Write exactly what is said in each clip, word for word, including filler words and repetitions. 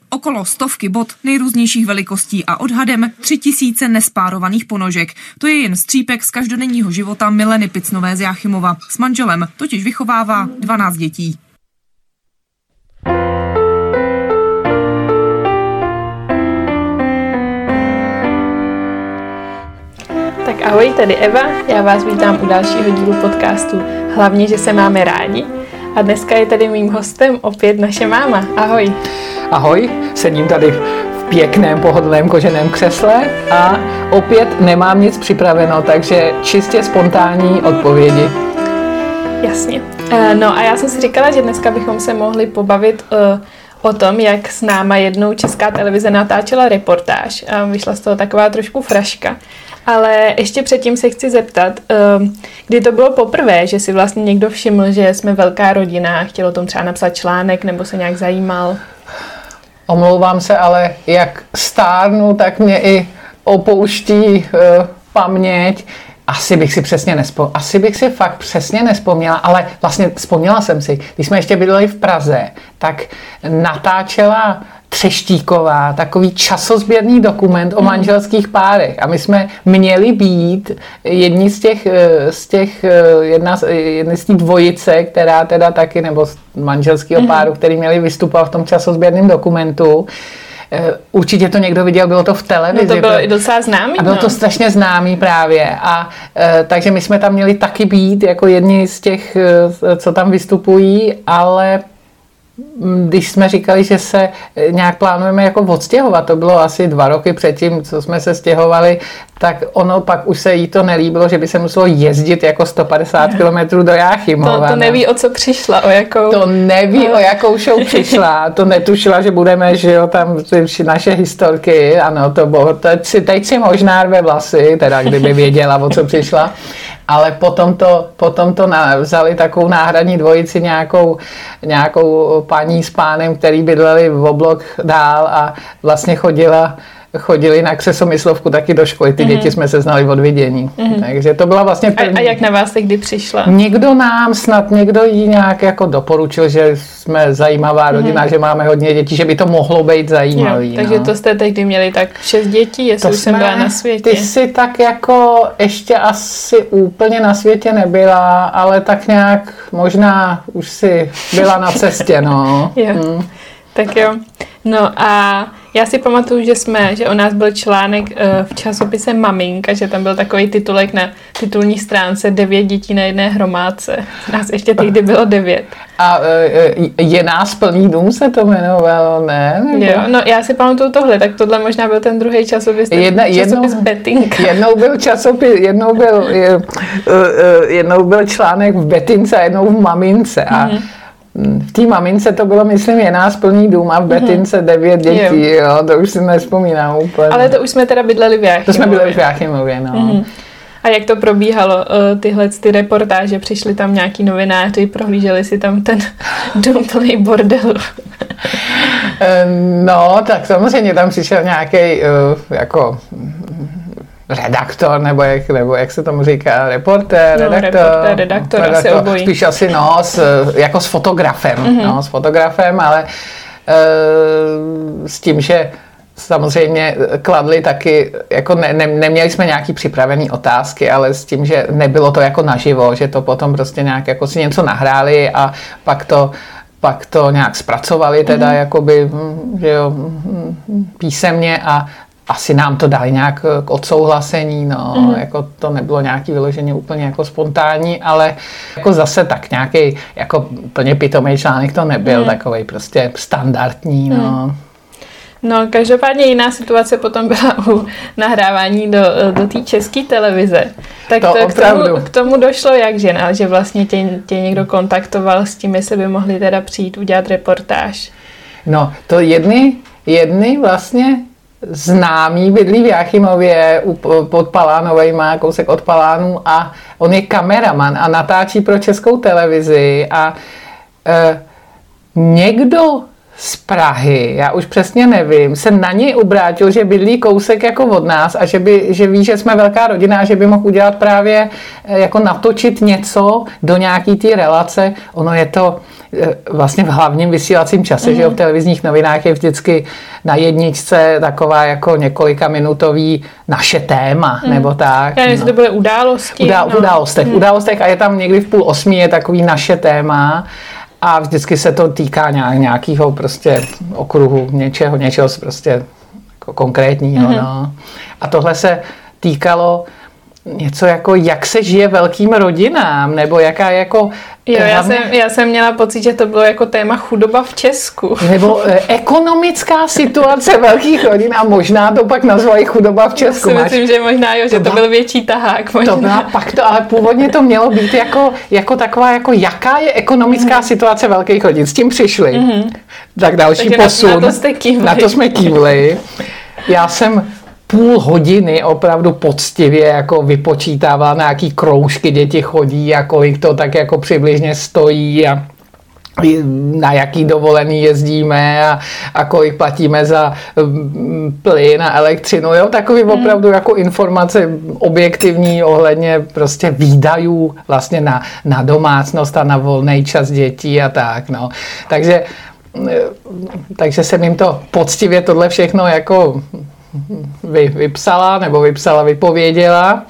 Okolo stovky bot nejrůznějších velikostí a odhadem tři tisíce nespárovaných ponožek. To je jen střípek z každodenního života Mileny Picnové z Jáchymova. S manželem totiž vychovává dvanáct dětí. Tak ahoj, tady Eva, já vás vítám u dalšího dílu podcastu Hlavně, že se máme rádi. A dneska je tady mým hostem opět naše máma. Ahoj. Ahoj, sedím tady v pěkném pohodlném koženém křesle a opět nemám nic připraveno, takže čistě spontánní odpovědi. Jasně. No a já jsem si říkala, že dneska bychom se mohli pobavit o tom, jak s náma jednou Česká televize natáčela reportáž a vyšla z toho taková trošku fraška. Ale ještě předtím se chci zeptat, kdy to bylo poprvé, že si vlastně někdo všiml, že jsme velká rodina a chtěl o tom třeba napsat článek nebo se nějak zajímal? Omlouvám se, ale jak stárnu, tak mě i opouští uh, paměť. Asi bych si přesně nespo... Asi bych si fakt přesně nespomněla, ale vlastně vzpomněla jsem si, když jsme ještě bydleli v Praze, tak natáčela Třeštíková takový časozběrný dokument o manželských párech a my jsme měli být jedni z těch, z těch jedna z, jedni z těch dvojice, která teda taky, nebo z manželského páru, který měli vystupovat v tom časozběrném dokumentu. Určitě to někdo viděl, bylo to v televizi. No to bylo i docela známý. A bylo no. to strašně známý právě. A e, takže my jsme tam měli taky být jako jedni z těch, co tam vystupují, ale když jsme říkali, že se nějak plánujeme jako odstěhovat, to bylo asi dva roky předtím, co jsme se stěhovali, tak ono pak už se jí to nelíbilo, že by se muselo jezdit jako sto padesát kilometrů do Jáchymova. To, to neví, o co přišla, o jakou... To neví, o jakou show přišla. To netušila, že budeme, že jo, tam naše historky, ano, to bylo, teď si, teď si možná rve vlasy, teda kdyby věděla, o co přišla. Ale potom to, potom to vzali takovou náhradní dvojici, nějakou, nějakou paní s pánem, který bydleli v oblok dál a vlastně chodila chodili na křesomyslovku taky do školy. Ty mm-hmm. děti jsme se znali od vidění. Mm-hmm. Takže to byla vlastně první. A, a jak na vás tehdy přišla? Někdo nám, snad někdo jí nějak jako doporučil, že jsme zajímavá rodina, mm-hmm. že máme hodně dětí, že by to mohlo být zajímavý. Jo, takže no. To jste tehdy měli tak šest dětí, jestli to už jsem byla na světě. Ty jsi tak jako ještě asi úplně na světě nebyla, ale tak nějak možná už si byla na cestě, no. Jo, mm. tak jo. No a já si pamatuju, že jsme, že o nás byl článek uh, v časopise Maminka, že tam byl takový titulek na titulní stránce devět dětí na jedné hromádce. Nás ještě tehdy bylo devět. A uh, je nás plný dům se to jmenovalo, ne? Nebo? Jo, no já si pamatuju tohle, tak tohle možná byl ten druhý časopis, ten Jedna, časopis jednou, Betinka. Jednou byl časopis, jednou byl, je, uh, uh, jednou byl článek v Betince a jednou v Mamince a mm-hmm. v té Mamince to bylo, myslím, je nás plný dům a v Betince devět dětí, jo. jo, to už si nevzpomínám úplně. Ale to už jsme teda bydleli v Jáchymově. To jsme bydleli v Jáchymově, no. Mm-hmm. A jak to probíhalo, tyhle ty reportáže, přišli tam nějaký novináři, prohlíželi si tam ten dům plný bordelu? No, tak samozřejmě tam přišel nějaký jako redaktor, nebo jak, nebo jak se tomu říká, reportér, no, redaktor, reportér, redaktor, redaktor, asi obojí. Spíš asi, no, s, jako s fotografem, mm-hmm. no, s fotografem, ale e, s tím, že samozřejmě kladli taky, jako ne, ne, neměli jsme nějaký připravený otázky, ale s tím, že nebylo to jako naživo, že to potom prostě nějak jako si něco nahráli a pak to pak to nějak zpracovali teda mm-hmm. jakoby, že jo, písemně a asi nám to dali nějak k odsouhlasení, no, mm-hmm. jako to nebylo nějaký vyloženě úplně jako spontánní, ale jako zase tak nějaký jako plně pitomý článek to nebyl, mm. takovej prostě standardní, no. Mm. No, každopádně jiná situace potom byla u nahrávání do, do té české televize. Tak to, to k, tomu, k tomu došlo jak, že, že vlastně tě, tě někdo kontaktoval s tím, jestli by mohli teda přijít udělat reportáž. No, to jedny, jedny vlastně známý bydlí v Jáchymově pod Palánovejma, kousek od Palánů a on je kameraman a natáčí pro Českou televizi a e, někdo z Prahy, já už přesně nevím, se na něj obrátil, že bydlí kousek jako od nás a že, by, že ví, že jsme velká rodina a že by mohl udělat právě jako natočit něco do nějaký té relace. Ono je to, vlastně v hlavním vysílacím čase, mm. že jo, v televizních novinách je vždycky na jedničce taková jako několika minutový naše téma, mm. nebo tak. Já nevím, no. To byly události. Udá, no. V událostech, mm. událostech a je tam někdy v půl osmi je takový naše téma a vždycky se to týká nějakého prostě okruhu, něčeho, něčeho prostě jako konkrétního, mm. no. A tohle se týkalo něco jako, jak se žije velkým rodinám, nebo jaká jako... Jo, já, hlavně, jsem, já jsem měla pocit, že to bylo jako téma chudoba v Česku. Nebo eh, ekonomická situace velkých rodin a možná to pak nazvali chudoba v Česku. Já si myslím, že možná jo, že to, to byl větší tahák. Možná. To byla pak to, ale původně to mělo být jako, jako taková, jako jaká je ekonomická mm. situace velkých rodin. S tím přišli. Mm. Tak další Takže posun. Na, na to jste kývli. Na to jsme kývli. Já jsem půl hodiny opravdu poctivě jako vypočítávala, na jaký kroužky děti chodí a kolik to tak jako přibližně stojí a na jaký dovolený jezdíme a, a kolik platíme za plyn a elektřinu. Jo? Takový opravdu jako informace objektivní ohledně prostě výdajů vlastně na, na domácnost a na volný čas dětí a tak. No. Takže, takže jsem jim to poctivě tohle všechno jako Vy, vypsala, nebo vypsala, vypověděla.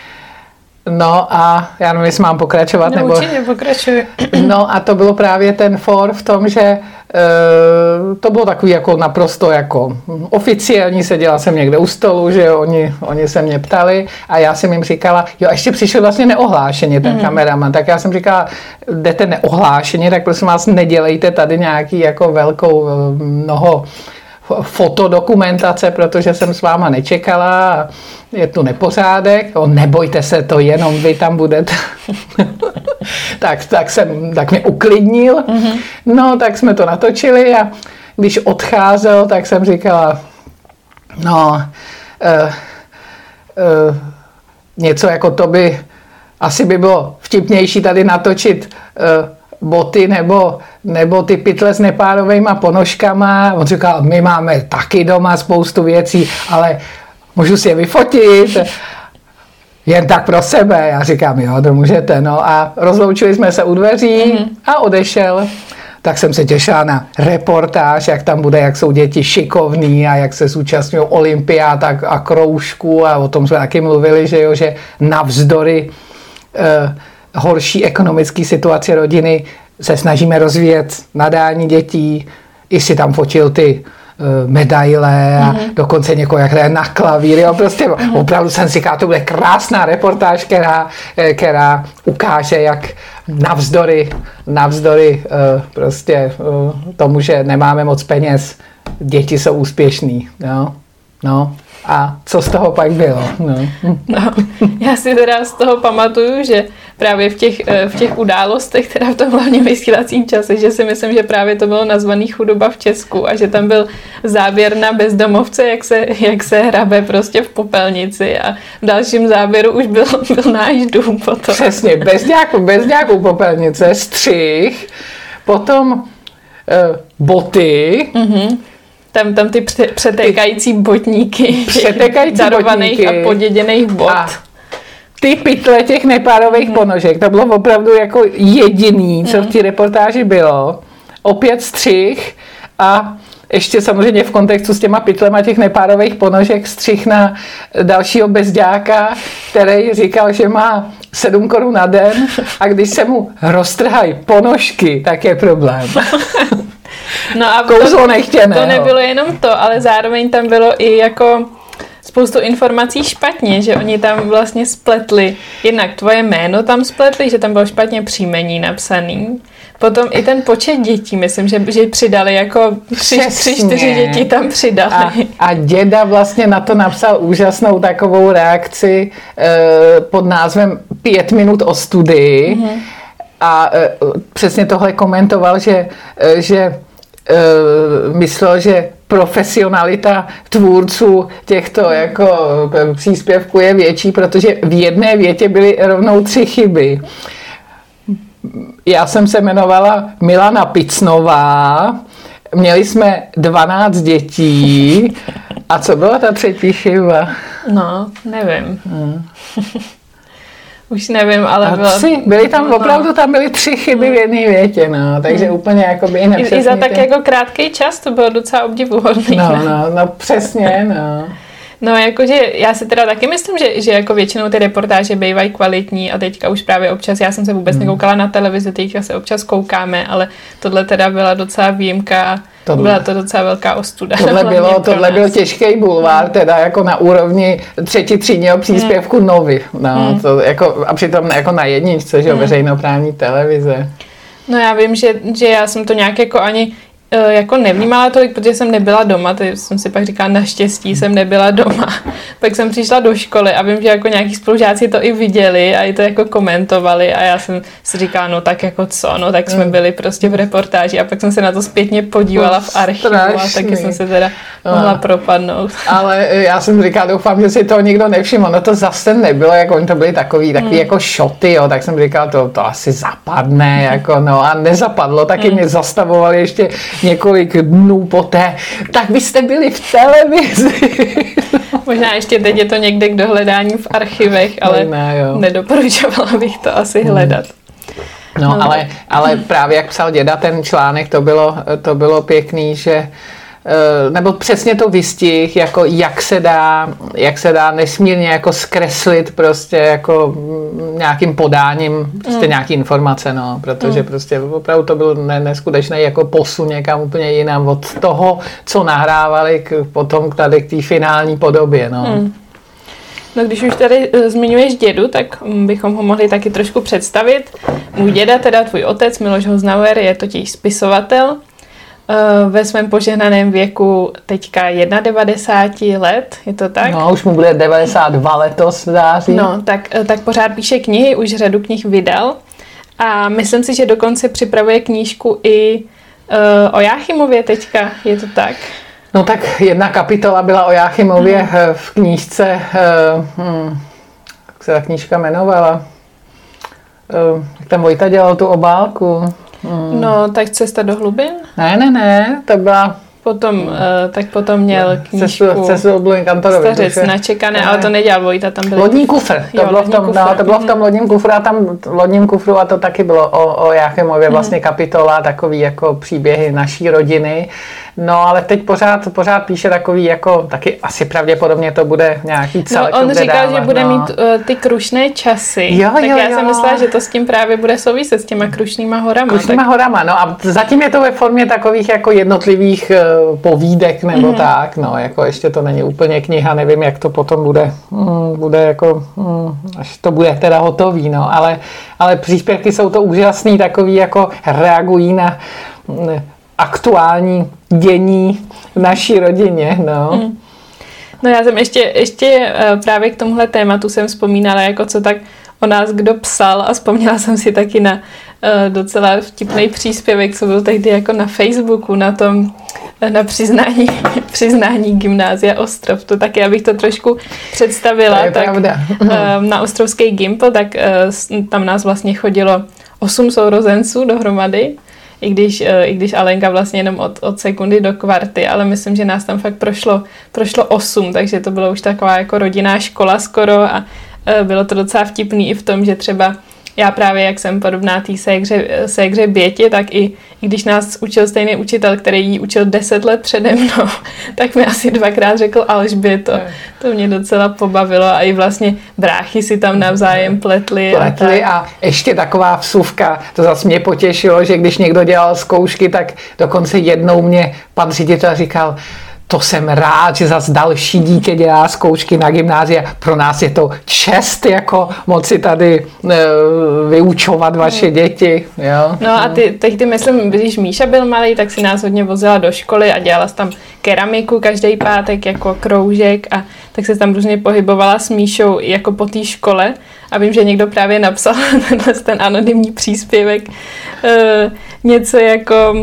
No a já nevím, jestli mám pokračovat. No, nebo... určitě pokračuji. No a to bylo právě ten for v tom, že e, to bylo takový jako naprosto jako oficiální, seděla jsem někde u stolu, že oni, oni se mě ptali a já jsem jim říkala, jo, a ještě přišel vlastně neohlášeně ten mm. kameraman, tak já jsem říkala, jdete neohlášeně, tak prosím vás nedělejte tady nějaký jako velkou mnoho fotodokumentace, protože jsem s váma nečekala a je tu nepořádek. O, nebojte se, to jenom vy tam budete. tak, tak, jsem, tak mě uklidnil. Mm-hmm. No, tak jsme to natočili a když odcházel, tak jsem říkala, no, uh, uh, něco jako to by, asi by bylo vtipnější tady natočit uh, boty nebo, nebo ty pytle s nepárovejma ponožkama. On říkal, my máme taky doma spoustu věcí, ale můžu si je vyfotit jen tak pro sebe. Já říkám, jo, to můžete. No a rozloučili jsme se u dveří mm-hmm. a odešel. Tak jsem se těšila na reportáž, jak tam bude, jak jsou děti šikovní a jak se zúčastňují olympiád a, a kroužků a o tom jsme taky mluvili, že jo, že navzdory uh, horší ekonomické situaci rodiny se snažíme rozvíjet nadání dětí. I si tam fotil ty uh, medaile a mm-hmm. dokonce někoho, jak hraje na klavír. Jo, prostě mm-hmm. opravdu jsem si říkala, to bude krásná reportáž, která, která ukáže, jak navzdory, navzdory uh, prostě uh, tomu, že nemáme moc peněz, děti jsou úspěšný. Jo? No. A co z toho pak bylo? No. No, já si teda z toho pamatuju, že právě v těch, v těch událostech, teda v tom hlavním vysílacím čase, že si myslím, že právě to bylo nazvaný chudoba v Česku a že tam byl záběr na bezdomovce, jak se, jak se hrabe prostě v popelnici a v dalším záběru už byl, byl náš dům potom. Přesně, bez nějakou, bez nějakou popelnice, střih, potom uh, boty, mm-hmm. Tam, tam ty přetékající botníky, přetékající darovaných botníky a poděděných bot. A ty pytle těch nepárových hmm. ponožek, to bylo opravdu jako jediný, co v té reportáži bylo. Opět střih a ještě samozřejmě v kontextu s těma pytlema těch nepárových ponožek střih na dalšího bezďáka, který říkal, že má sedm korun na den a když se mu roztrhají ponožky, tak je problém. No a kouzlo to, nechtěné. To nebylo jenom to, ale zároveň tam bylo i jako spoustu informací špatně, že oni tam vlastně spletli. Jednak tvoje jméno tam spletli, že tam bylo špatně příjmení napsaný. Potom i ten počet dětí, myslím, že, že přidali jako tři, tři, čtyři děti tam přidali. A, a děda vlastně na to napsal úžasnou takovou reakci e, pod názvem Pět minut o studii. Mm-hmm. A e, přesně tohle komentoval, že, e, že e, myslel, že profesionalita tvůrců těchto jako příspěvků je větší, protože v jedné větě byly rovnou tři chyby. Já jsem se jmenovala Milana Picnová, měli jsme dvanáct dětí a co byla ta třetí chyba? No, nevím. Hmm. Už nevím, ale a bylo... Tři, byly tam, no, opravdu tam byly tři chyby v jedné větě, no, takže hmm. úplně jako by i nepřesně. I, I za tak jako krátký čas to bylo docela obdivuhodný. No, no, no, přesně, no. No, jakože já si teda taky myslím, že, že jako většinou ty reportáže bývají kvalitní a teďka už právě občas, já jsem se vůbec hmm. nekoukala na televizi, teďka se občas koukáme, ale tohle teda byla docela výjimka, tohle. Byla to docela velká ostuda. Tohle, bylo, tohle byl těžký bulvár, teda jako na úrovni třetí třídního příspěvku hmm. Novy, no, hmm. to jako, a přitom jako na jedničce, že hmm. veřejnoprávní televize. No já vím, že, že já jsem to nějak jako ani jako nevnímala tolik, protože jsem nebyla doma, teď jsem si pak říkala, naštěstí jsem nebyla doma. Pak jsem přišla do školy a vím, že jako nějaký spolužáci to i viděli a i to jako komentovali a já jsem si říkala, no tak jako co, no tak jsme byli prostě v reportáži a pak jsem se na to zpětně podívala v archivu a taky jsem se teda mohla no. propadnout. Ale já jsem říkala, doufám, že si to nikdo nevšiml, no to zase nebylo, jako oni to byli takový, takový hmm. jako šoty, jo, tak jsem říkala, to, to asi zapadne, jako no a nezapadlo, taky hmm. mě zastavovali ještě několik dnů poté, tak vy jste byli v televizi. Možná ještě teď je to někde k dohledání v archivech, ale Možná, nedoporučovala bych to asi hledat. No, no ale, ale právě jak psal děda ten článek, to bylo, to bylo pěkný, že nebo přesně to vystih, jako jak se dá, jak se dá nesmírně jako zkreslit prostě jako nějakým podáním prostě mm. nějaký informace, no, protože mm. prostě opravdu to byl neskutečný jako posun někam úplně jinam od toho, co nahrávali k, potom tady k té finální podobě, no. Mm. No, když už tady zmiňuješ dědu, tak bychom ho mohli taky trošku představit. Můj děda, teda tvůj otec, Miloš Hoznauer, je totiž spisovatel. Ve svém požehnaném věku teďka devadesát jedna let, je to tak? No, už mu bude devadesát dva letos v září. No, tak, tak pořád píše knihy, už řadu knih vydal a myslím si, že dokonce připravuje knížku i uh, o Jáchymově teďka, je to tak? No tak jedna kapitola byla o Jáchymově hmm. v knížce, uh, hmm, jak se ta knížka jmenovala? Uh, jak tam Vojta dělal tu obálku? Hmm. No, tak Cesta do hlubin? Ne, ne, ne, to byla... Potom, uh, tak potom měl knížku Stařec načekané, ale to nedělal Vojta, tam byl... Lodní kufr, to, jo, bylo, v tom, kufr. No, to bylo v tom lodním kufru a tam lodním kufru a to taky bylo o, o Jáchymově vlastně kapitola, takový jako příběhy naší rodiny. No, ale teď pořád, pořád píše takový jako, taky asi pravděpodobně to bude nějaký celek. No, on říkal, dávat, že bude no. mít uh, ty krušné časy, jo, tak jo, já jo. jsem myslela, že to s tím právě bude souviset, s těma krušnýma horama. Krušnýma tak... horama, no a zatím je to ve formě takových jako jednotlivých uh, povídek nebo mm-hmm. tak, no, jako ještě to není úplně kniha, nevím, jak to potom bude, mm, bude jako, mm, až to bude teda hotový, no, ale, ale příspěvky jsou to úžasný, takový jako reagují na mm, aktuální dění v naší rodině, no. Mm. No já jsem ještě, ještě právě k tomuhle tématu jsem vzpomínala, jako co tak o nás kdo psal a vzpomněla jsem si taky na uh, docela vtipný příspěvek, co byl tehdy jako na Facebooku, na tom, na přiznání, přiznání Gymnázia Ostrov. To taky, abych to trošku představila. To je tak, pravda. uh, na ostrovský Gimpl, tak uh, tam nás vlastně chodilo osm sourozenců dohromady, i když, i když Alenka vlastně jenom od, od sekundy do kvarty, ale myslím, že nás tam fakt prošlo, prošlo osm, takže to bylo už taková jako rodinná škola skoro a bylo to docela vtipný i v tom, že třeba já právě, jak jsem podobná té ségře, ségře Bětě, tak i, i když nás učil stejný učitel, který jí učil deset let přede mnou, tak mi asi dvakrát řekl Alžběto. To mě docela pobavilo a i vlastně bráchy si tam navzájem pletli. Pletli a, a ještě taková vsuvka, to zase mě potěšilo, že když někdo dělal zkoušky, tak dokonce jednou mě pan ředitel říkal, to jsem rád, že zase další dítě dělá zkoušky na gymnázii. Pro nás je to čest, jako moci tady e, vyučovat vaše děti. Jo? No a ty, tehdy myslím, když Míša byl malý, tak si nás hodně vozila do školy a dělala tam keramiku každý pátek jako kroužek a tak se tam různě pohybovala s Míšou jako po té škole a vím, že někdo právě napsal tenhle ten anonymní příspěvek e, něco jako,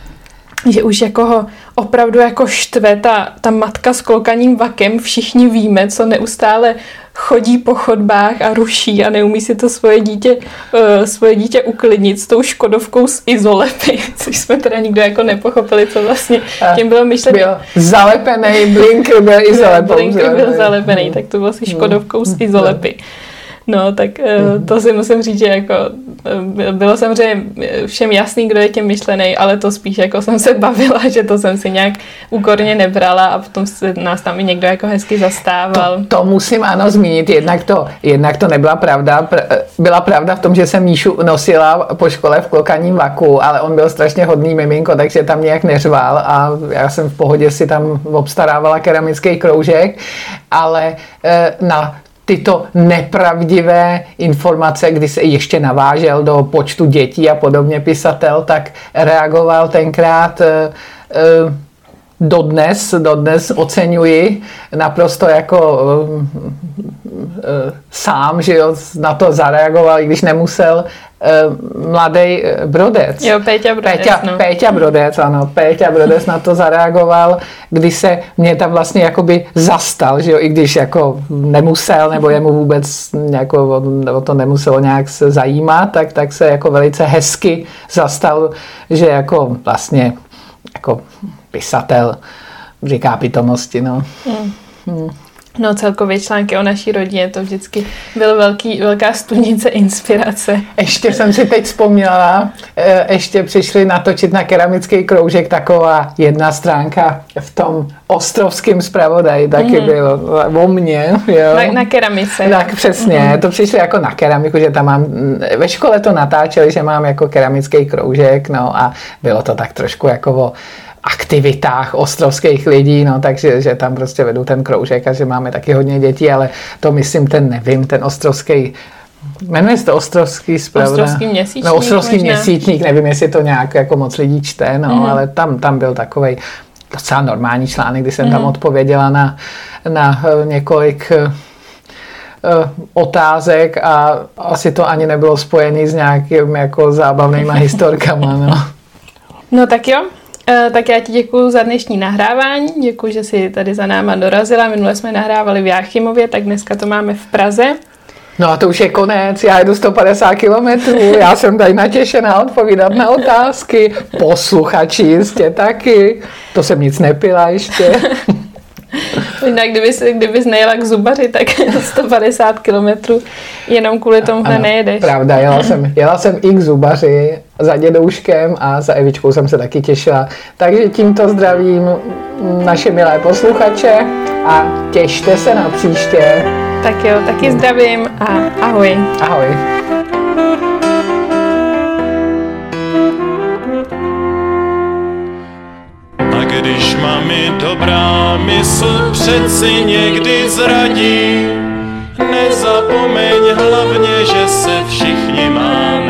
že už jako ho opravdu jako štve ta, ta matka s klokaním vakem, všichni víme, co neustále chodí po chodbách a ruší a neumí si to svoje dítě, uh, svoje dítě uklidnit s tou škodovkou z izolepy, což jsme teda nikdo jako nepochopili, co vlastně tím bylo myšleno. Byl zalepený, Blink byl izolepou. Blink byl zalepený, tak to bylo si škodovkou z izolepy. No, tak to si musím říct, že jako bylo samozřejmě všem jasný, kdo je tím myšlený, ale to spíš jako jsem se bavila, že to jsem si nějak úkorně nebrala a potom se nás tam i někdo jako hezky zastával. To, to musím ano zmínit, jednak to, jednak to nebyla pravda, byla pravda v tom, že jsem Míšu nosila po škole v klokaním vaku, ale on byl strašně hodný miminko, takže tam nějak neřval a já jsem v pohodě si tam obstarávala keramický kroužek, ale na tyto nepravdivé informace, kdy se ještě navážel do počtu dětí a podobně pisatel, tak reagoval tenkrát dodnes, dodnes oceňuji naprosto jako sám, že jo, na to zareagoval, i když nemusel, mladý Brodec. Jo, Péťa Brodec, Péťa, no. Péťa Brodec, ano, Péťa Brodec na to zareagoval, kdy se mě tam vlastně jakoby zastal, že jo, i když jako nemusel, nebo jemu vůbec jako o to nemuselo nějak se zajímat, tak, tak se jako velice hezky zastal, že jako vlastně jako pisatel říká pitomosti, no. Hmm. Hmm. No celkově články o naší rodině, to vždycky byl velký, velká studnice inspirace. Ještě jsem si teď vzpomněla, ještě přišli natočit na keramický kroužek taková jedna stránka v tom ostrovském zpravodaji, taky mm. bylo o mně. Jo. Na, na keramice. Tak přesně, mm. to přišli jako na keramiku, že tam mám, ve škole to natáčeli, že mám jako keramický kroužek, no a bylo to tak trošku jako o aktivitách ostrovských lidí, no, takže že tam prostě vedu ten kroužek a že máme taky hodně dětí, ale to myslím, ten nevím, ten ostrovský, jmenuje se to ostrovský zpravodaj. Ostrovský měsíčník. No, ostrovský možná. měsíčník, nevím, jestli to nějak jako moc lidí čte, no, mm. ale tam, tam byl takovej docela normální článek, kdy jsem mm. tam odpověděla na, na několik otázek a asi to ani nebylo spojené s nějakými jako zábavnýma historkama, no. No tak jo. Tak já ti děkuju za dnešní nahrávání, děkuju, že jsi tady za náma dorazila. Minule jsme nahrávali v Jáchymově, tak dneska to máme v Praze. No a to už je konec, já jedu sto padesát kilometrů, já jsem tady natěšená odpovídat na otázky, posluchači jistě taky, to jsem nic nepila ještě. Jinak kdybys, kdybys nejela k zubaři, tak sto padesát kilometrů jenom kvůli tomuhle ano, nejedeš. Pravda, jela jsem, jela jsem i k zubaři za dědouškem a za Evičkou jsem se taky těšila. Takže tímto zdravím naše milé posluchače a těšte se na příště. Tak jo, taky zdravím a ahoj. Ahoj. Když mami dobrá mysl přeci někdy zradí, nezapomeň hlavně, že se všichni máme